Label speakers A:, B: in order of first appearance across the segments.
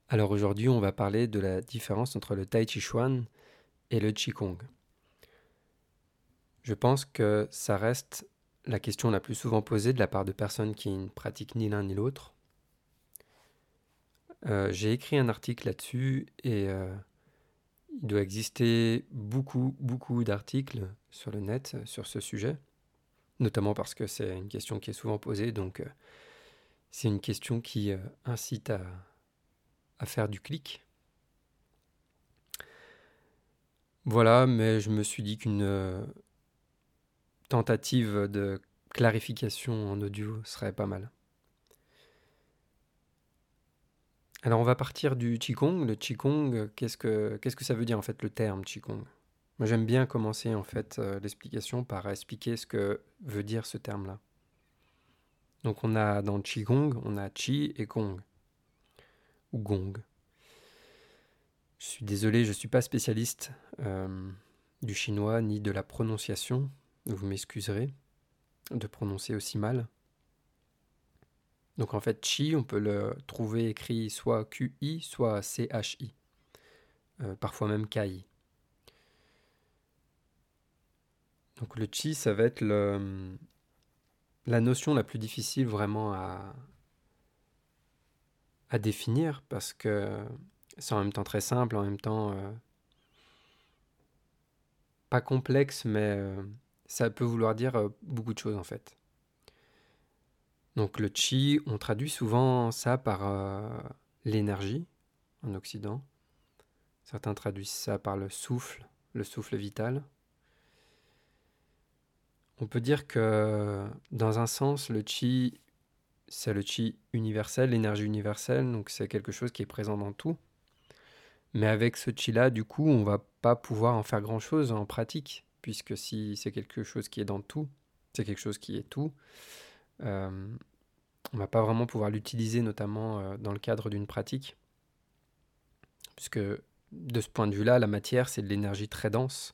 A: Alors aujourd'hui, on va parler de la différence entre le Tai Chi Chuan et le Qigong. Je pense que ça reste la question la plus souvent posée de la part de personnes qui ne pratiquent ni l'un ni l'autre. J'ai écrit un article là-dessus et il doit exister beaucoup d'articles sur le net sur ce sujet, notamment parce que c'est une question qui est souvent posée, donc c'est une question qui incite à faire du clic. Voilà, mais je me suis dit qu'une tentative de clarification en audio serait pas mal. Alors on va partir du Qigong. Le Qigong, qu'est-ce que ça veut dire en fait le terme Qigong? Moi j'aime bien commencer en fait l'explication par expliquer ce que veut dire ce terme-là. Donc on a dans le Qigong, on a Qi et Gong, ou Gong. Je suis désolé, je ne suis pas spécialiste du chinois ni de la prononciation. Vous m'excuserez de prononcer aussi mal. Donc en fait, Chi, on peut le trouver écrit soit QI, soit CHI, parfois même KI. Donc le Chi, ça va être la notion la plus difficile vraiment à définir parce que c'est en même temps très simple, en même temps pas complexe, mais ça peut vouloir dire beaucoup de choses en fait. Donc le Chi, on traduit souvent ça par l'énergie en Occident. Certains traduisent ça par le souffle vital. On peut dire que dans un sens, le chi, c'est le chi universel, l'énergie universelle, donc c'est quelque chose qui est présent dans tout. Mais avec ce chi-là, du coup, on va pas pouvoir en faire grand-chose en pratique, puisque si c'est quelque chose qui est dans tout, c'est quelque chose qui est tout, euh, on va pas vraiment pouvoir l'utiliser, notamment dans le cadre d'une pratique, puisque de ce point de vue-là, la matière, c'est de l'énergie très dense,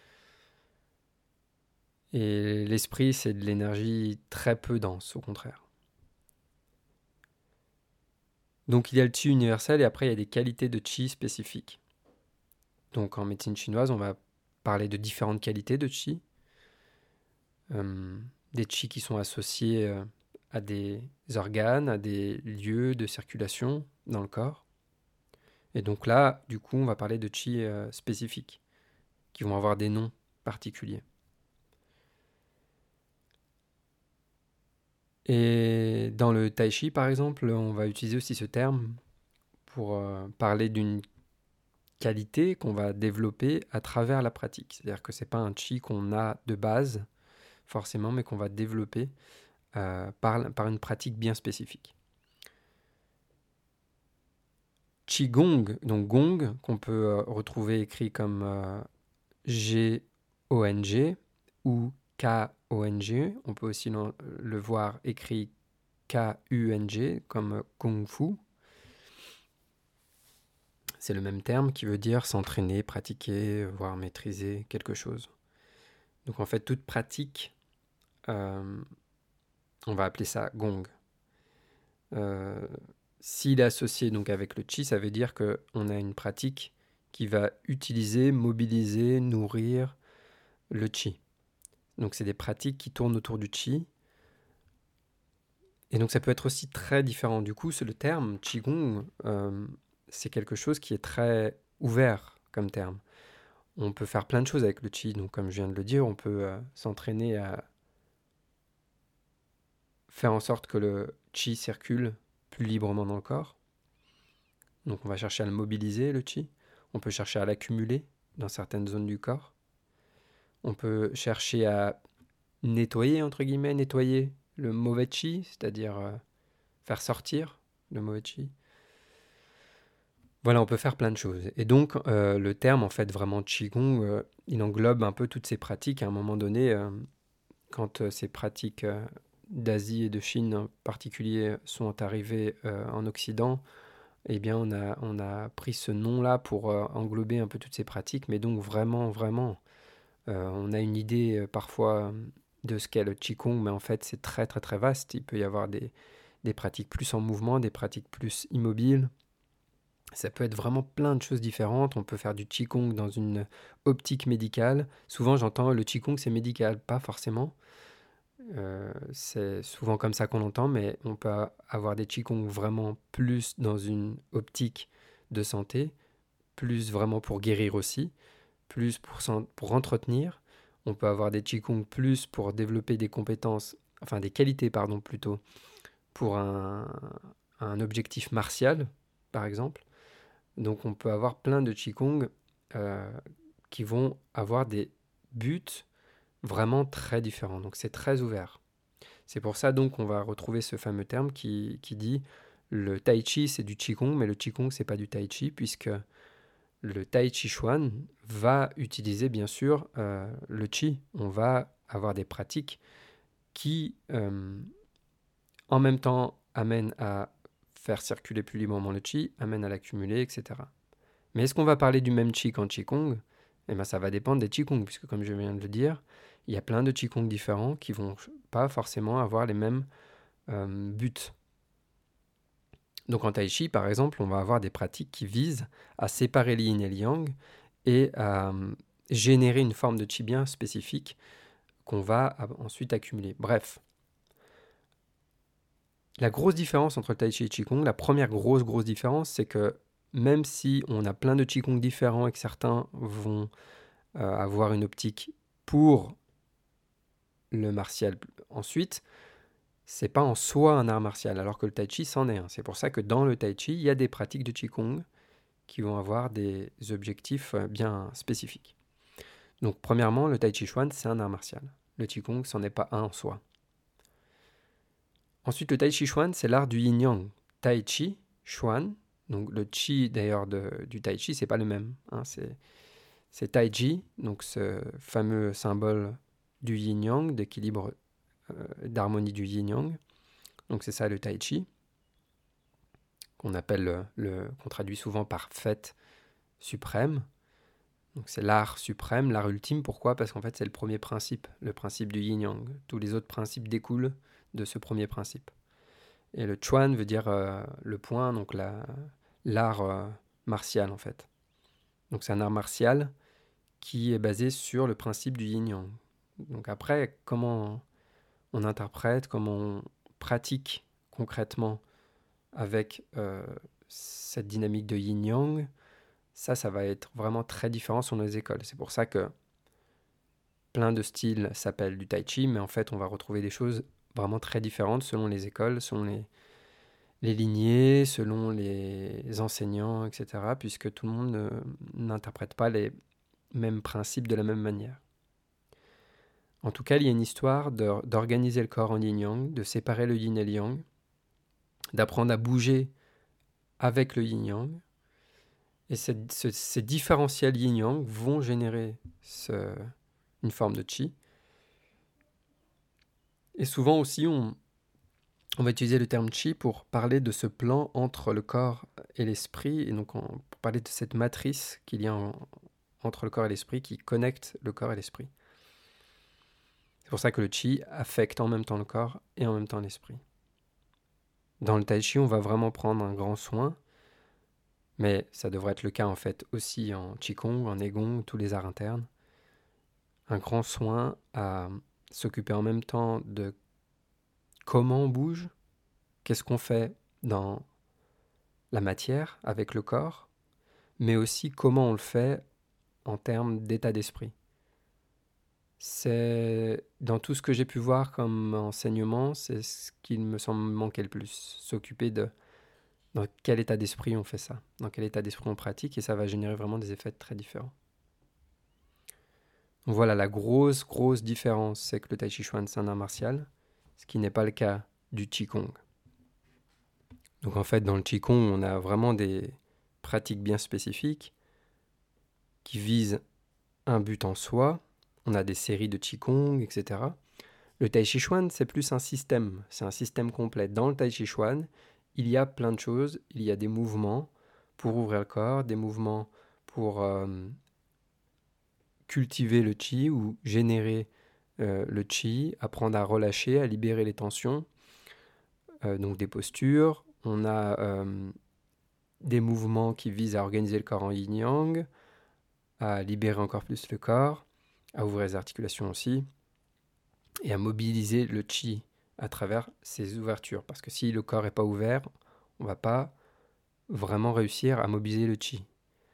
A: et l'esprit, c'est de l'énergie très peu dense, au contraire. Donc il y a le chi universel et après il y a des qualités de chi spécifiques. Donc en médecine chinoise, on va parler de différentes qualités de chi. Euh, des chi qui sont associés à des organes, à des lieux de circulation dans le corps. Et donc là, du coup, on va parler de chi spécifiques, qui vont avoir des noms particuliers. Et dans le tai chi, par exemple, on va utiliser aussi ce terme pour parler d'une qualité qu'on va développer à travers la pratique. C'est-à-dire que c'est pas un chi qu'on a de base, forcément, mais qu'on va développer par une pratique bien spécifique. Qigong, donc gong, qu'on peut retrouver écrit comme G-O-N-G ou K-O-N-G. On peut aussi le voir écrit K-U-N-G comme Kung Fu. C'est le même terme qui veut dire s'entraîner, pratiquer, voire maîtriser quelque chose. Donc en fait, toute pratique, on va appeler ça gong. S'il est associé donc avec le chi, ça veut dire qu'on a une pratique qui va utiliser, mobiliser, nourrir le chi. Donc c'est des pratiques qui tournent autour du chi. Et donc ça peut être aussi très différent. Du coup, c'est le terme qigong, c'est quelque chose qui est très ouvert comme terme. On peut faire plein de choses avec le chi. Donc comme je viens de le dire, on peut s'entraîner à faire en sorte que le chi circule plus librement dans le corps. Donc on va chercher à le mobiliser, le chi. On peut chercher à l'accumuler dans certaines zones du corps. On peut chercher à nettoyer, entre guillemets, nettoyer le mauvais chi, c'est-à-dire faire sortir le mauvais chi. Voilà, on peut faire plein de choses. Et donc, le terme, en fait, vraiment Qigong, il englobe un peu toutes ces pratiques. À un moment donné, quand ces pratiques d'Asie et de Chine en particulier sont arrivées en Occident, eh bien, on a pris ce nom-là pour englober un peu toutes ces pratiques. Mais donc, vraiment, on a une idée parfois de ce qu'est le Qigong, mais en fait, c'est très vaste. Il peut y avoir des pratiques plus en mouvement, des pratiques plus immobiles, Ça peut être vraiment plein de choses différentes. On peut faire du Qigong dans une optique médicale. Souvent, j'entends le Qigong, c'est médical. Pas forcément. C'est souvent comme ça qu'on l'entend, mais on peut avoir des Qigong vraiment plus dans une optique de santé, plus vraiment pour guérir aussi, plus pour entretenir. On peut avoir des Qigong plus pour développer des compétences, enfin des qualités, pardon, plutôt, pour un objectif martial, par exemple. Donc on peut avoir plein de Qigong euh, qui vont avoir des buts vraiment très différents. Donc c'est très ouvert. C'est pour ça donc qu'on va retrouver ce fameux terme qui dit le Tai Chi c'est du Qigong, mais le Qigong c'est pas du Tai Chi, puisque le Tai Chi Chuan va utiliser bien sûr le Qi. On va avoir des pratiques qui en même temps amènent à faire circuler plus librement le Qi, amènent à l'accumuler, etc. Mais est-ce qu'on va parler du même Qi qu'en Qigong? Eh bien, ça va dépendre des Qigong, puisque comme je viens de le dire, il y a plein de Qigong différents qui vont pas forcément avoir les mêmes buts. Donc en Tai Chi, par exemple, on va avoir des pratiques qui visent à séparer le yin et le yang et à générer une forme de Qi bien spécifique qu'on va ensuite accumuler. Bref, la grosse différence entre Tai Chi et Qigong, la première grosse différence, c'est que même si on a plein de Qigong différents et que certains vont avoir une optique pour le martial ensuite, c'est pas en soi un art martial, alors que le Tai Chi c'en est un. C'est pour ça que dans le Tai Chi, il y a des pratiques de Qigong qui vont avoir des objectifs bien spécifiques. Donc premièrement, le Tai Chi Chuan, c'est un art martial. Le Qigong, c'en est pas un en soi. Ensuite, le Tai Chi Chuan, c'est l'art du yin-yang. Tai Chi, Chuan, donc le Chi d'ailleurs du Tai Chi, c'est pas le même. Hein, c'est Tai Chi, donc ce fameux symbole du yin-yang, d'équilibre, d'harmonie du yin-yang. Donc c'est ça le Tai Chi, qu'on appelle, qu'on traduit souvent par fête suprême. Donc c'est l'art suprême, l'art ultime. Pourquoi? Parce qu'en fait c'est le principe du yin-yang. Tous les autres principes découlent de ce premier principe. Et le Chuan veut dire le point, donc l'art martial en fait. Donc c'est un art martial qui est basé sur le principe du yin-yang. Donc après, comment on interprète, comment on pratique concrètement avec cette dynamique de yin-yang, ça va être vraiment très différent selon les écoles. C'est pour ça que plein de styles s'appellent du tai chi, mais en fait on va retrouver des choses vraiment très différentes selon les écoles, selon les lignées, selon les enseignants, etc., puisque tout le monde n'interprète pas les mêmes principes de la même manière. En tout cas, il y a une histoire d'organiser le corps en yin-yang, de séparer le yin et le yang, d'apprendre à bouger avec le yin-yang. Et ces différentiels yin-yang vont générer une forme de qi. Et souvent aussi, on va utiliser le terme qi pour parler de ce plan entre le corps et l'esprit, et donc pour parler de cette matrice qu'il y a entre le corps et l'esprit qui connecte le corps et l'esprit. C'est pour ça que le qi affecte en même temps le corps et en même temps l'esprit. Dans le tai chi, on va vraiment prendre un grand soin, mais ça devrait être le cas en fait aussi en qigong, en neigong, tous les arts internes. Un grand soin à s'occuper en même temps de comment on bouge, qu'est-ce qu'on fait dans la matière avec le corps, mais aussi comment on le fait en termes d'état d'esprit. C'est dans tout ce que j'ai pu voir comme enseignement, c'est ce qui me semble manquer le plus. S'occuper de dans quel état d'esprit on fait ça, dans quel état d'esprit on pratique, et ça va générer vraiment des effets très différents. Donc voilà, la grosse différence, c'est que le Tai Chi Chuan, c'est un art martial, ce qui n'est pas le cas du Qigong. Donc en fait, dans le Qigong, on a vraiment des pratiques bien spécifiques qui visent un but en soi. On a des séries de Qigong, etc. Le Tai Chi Chuan, c'est plus un système. C'est un système complet. Dans le Tai Chi Chuan, il y a plein de choses. Il y a des mouvements pour ouvrir le corps, des mouvements pour cultiver le Qi ou générer le Qi, apprendre à relâcher, à libérer les tensions. Donc des postures. On a des mouvements qui visent à organiser le corps en yin-yang, à libérer encore plus le corps, à ouvrir les articulations aussi, et à mobiliser le chi à travers ces ouvertures. Parce que si le corps n'est pas ouvert, on ne va pas vraiment réussir à mobiliser le chi.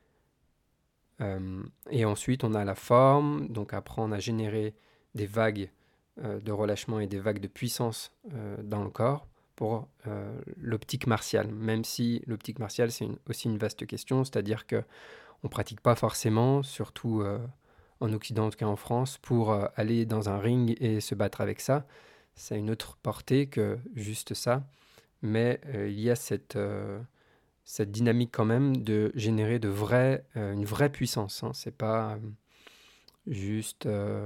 A: Et ensuite, on a la forme, donc apprendre à générer des vagues de relâchement et des vagues de puissance dans le corps pour l'optique martiale. Même si l'optique martiale, c'est aussi une vaste question, c'est-à-dire qu'on ne pratique pas forcément, surtout en Occident, en tout cas en France, pour aller dans un ring et se battre avec ça. C'est une autre portée que juste ça, mais il y a cette dynamique quand même de générer une vraie puissance. Hein. C'est pas juste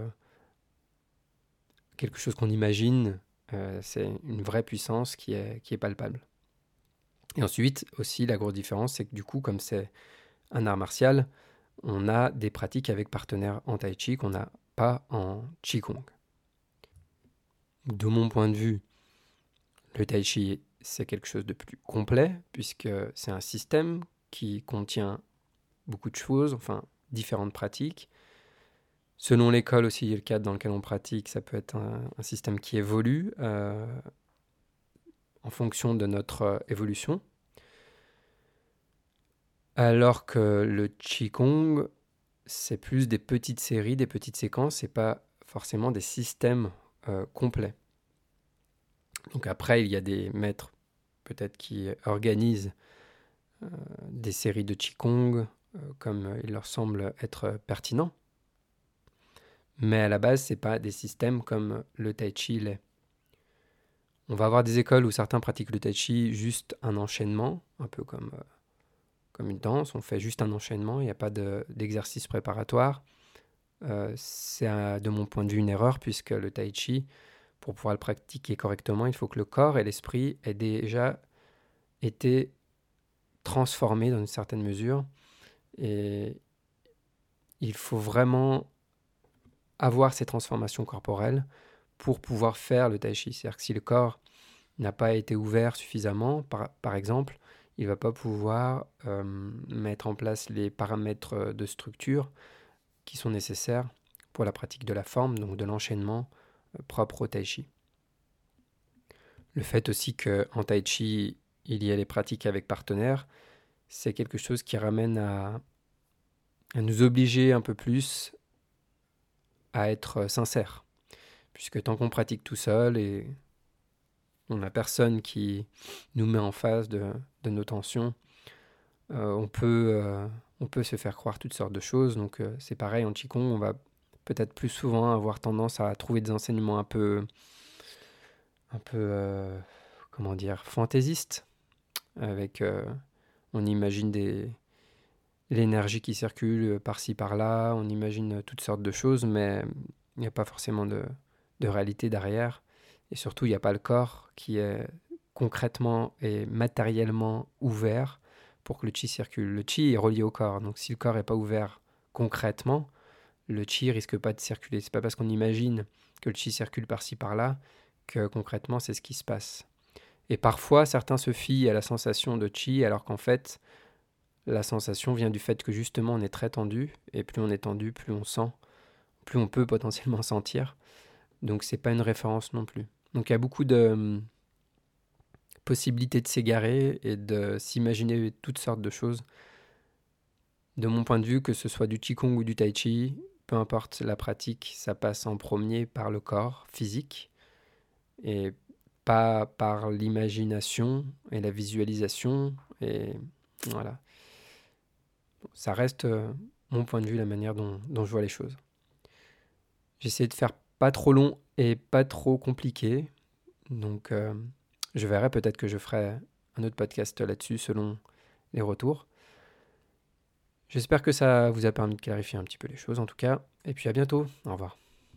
A: quelque chose qu'on imagine, c'est une vraie puissance qui est palpable. Et ensuite, aussi, la grosse différence, c'est que du coup, comme c'est un art martial, on a des pratiques avec partenaires en tai chi qu'on n'a pas en qigong. De mon point de vue, le tai chi, c'est quelque chose de plus complet, puisque c'est un système qui contient beaucoup de choses, enfin, différentes pratiques. Selon l'école aussi et le cadre dans lequel on pratique, ça peut être un système qui évolue en fonction de notre évolution. Alors que le Qigong, c'est plus des petites séries, des petites séquences, c'est pas forcément des systèmes complets. Donc après, il y a des maîtres peut-être qui organisent des séries de Qigong comme il leur semble être pertinent. Mais à la base, c'est pas des systèmes comme le Tai Chi l'est. On va avoir des écoles où certains pratiquent le Tai Chi juste un enchaînement, un peu comme une danse, on fait juste un enchaînement, il n'y a pas d'exercice préparatoire. C'est de mon point de vue une erreur, puisque le Tai Chi, pour pouvoir le pratiquer correctement, il faut que le corps et l'esprit aient déjà été transformés dans une certaine mesure. Et il faut vraiment avoir ces transformations corporelles pour pouvoir faire le Tai Chi. C'est-à-dire que si le corps n'a pas été ouvert suffisamment, par exemple, il ne va pas pouvoir mettre en place les paramètres de structure qui sont nécessaires pour la pratique de la forme, donc de l'enchaînement propre au Tai Chi. Le fait aussi qu'en Tai Chi, il y ait les pratiques avec partenaires, c'est quelque chose qui ramène à nous obliger un peu plus à être sincères. Puisque tant qu'on pratique tout seul et on n'a personne qui nous met en face de nos tensions, on peut se faire croire toutes sortes de choses. Donc c'est pareil en Qigong, on va peut-être plus souvent avoir tendance à trouver des enseignements un peu comment dire, fantaisistes, avec on imagine l'énergie qui circule par-ci par-là, on imagine toutes sortes de choses, mais il n'y a pas forcément de réalité derrière. Et surtout, il n'y a pas le corps qui est concrètement et matériellement ouvert pour que le chi circule. Le chi est relié au corps, donc si le corps n'est pas ouvert concrètement, le chi risque pas de circuler. C'est pas parce qu'on imagine que le chi circule par-ci par-là que concrètement c'est ce qui se passe. Et parfois, certains se fient à la sensation de chi, alors qu'en fait, la sensation vient du fait que justement on est très tendu, et plus on est tendu, plus on sent, plus on peut potentiellement sentir. Donc c'est pas une référence non plus. Donc il y a beaucoup de possibilités de s'égarer et de s'imaginer toutes sortes de choses. De mon point de vue, que ce soit du Qigong ou du Tai Chi, peu importe la pratique, ça passe en premier par le corps physique et pas par l'imagination et la visualisation. Et voilà. Ça reste mon point de vue, la manière dont je vois les choses. J'essaie de faire pas trop long et pas trop compliqué. Donc je verrai, peut-être que je ferai un autre podcast là-dessus selon les retours. J'espère que ça vous a permis de clarifier un petit peu les choses en tout cas. Et puis à bientôt. Au revoir.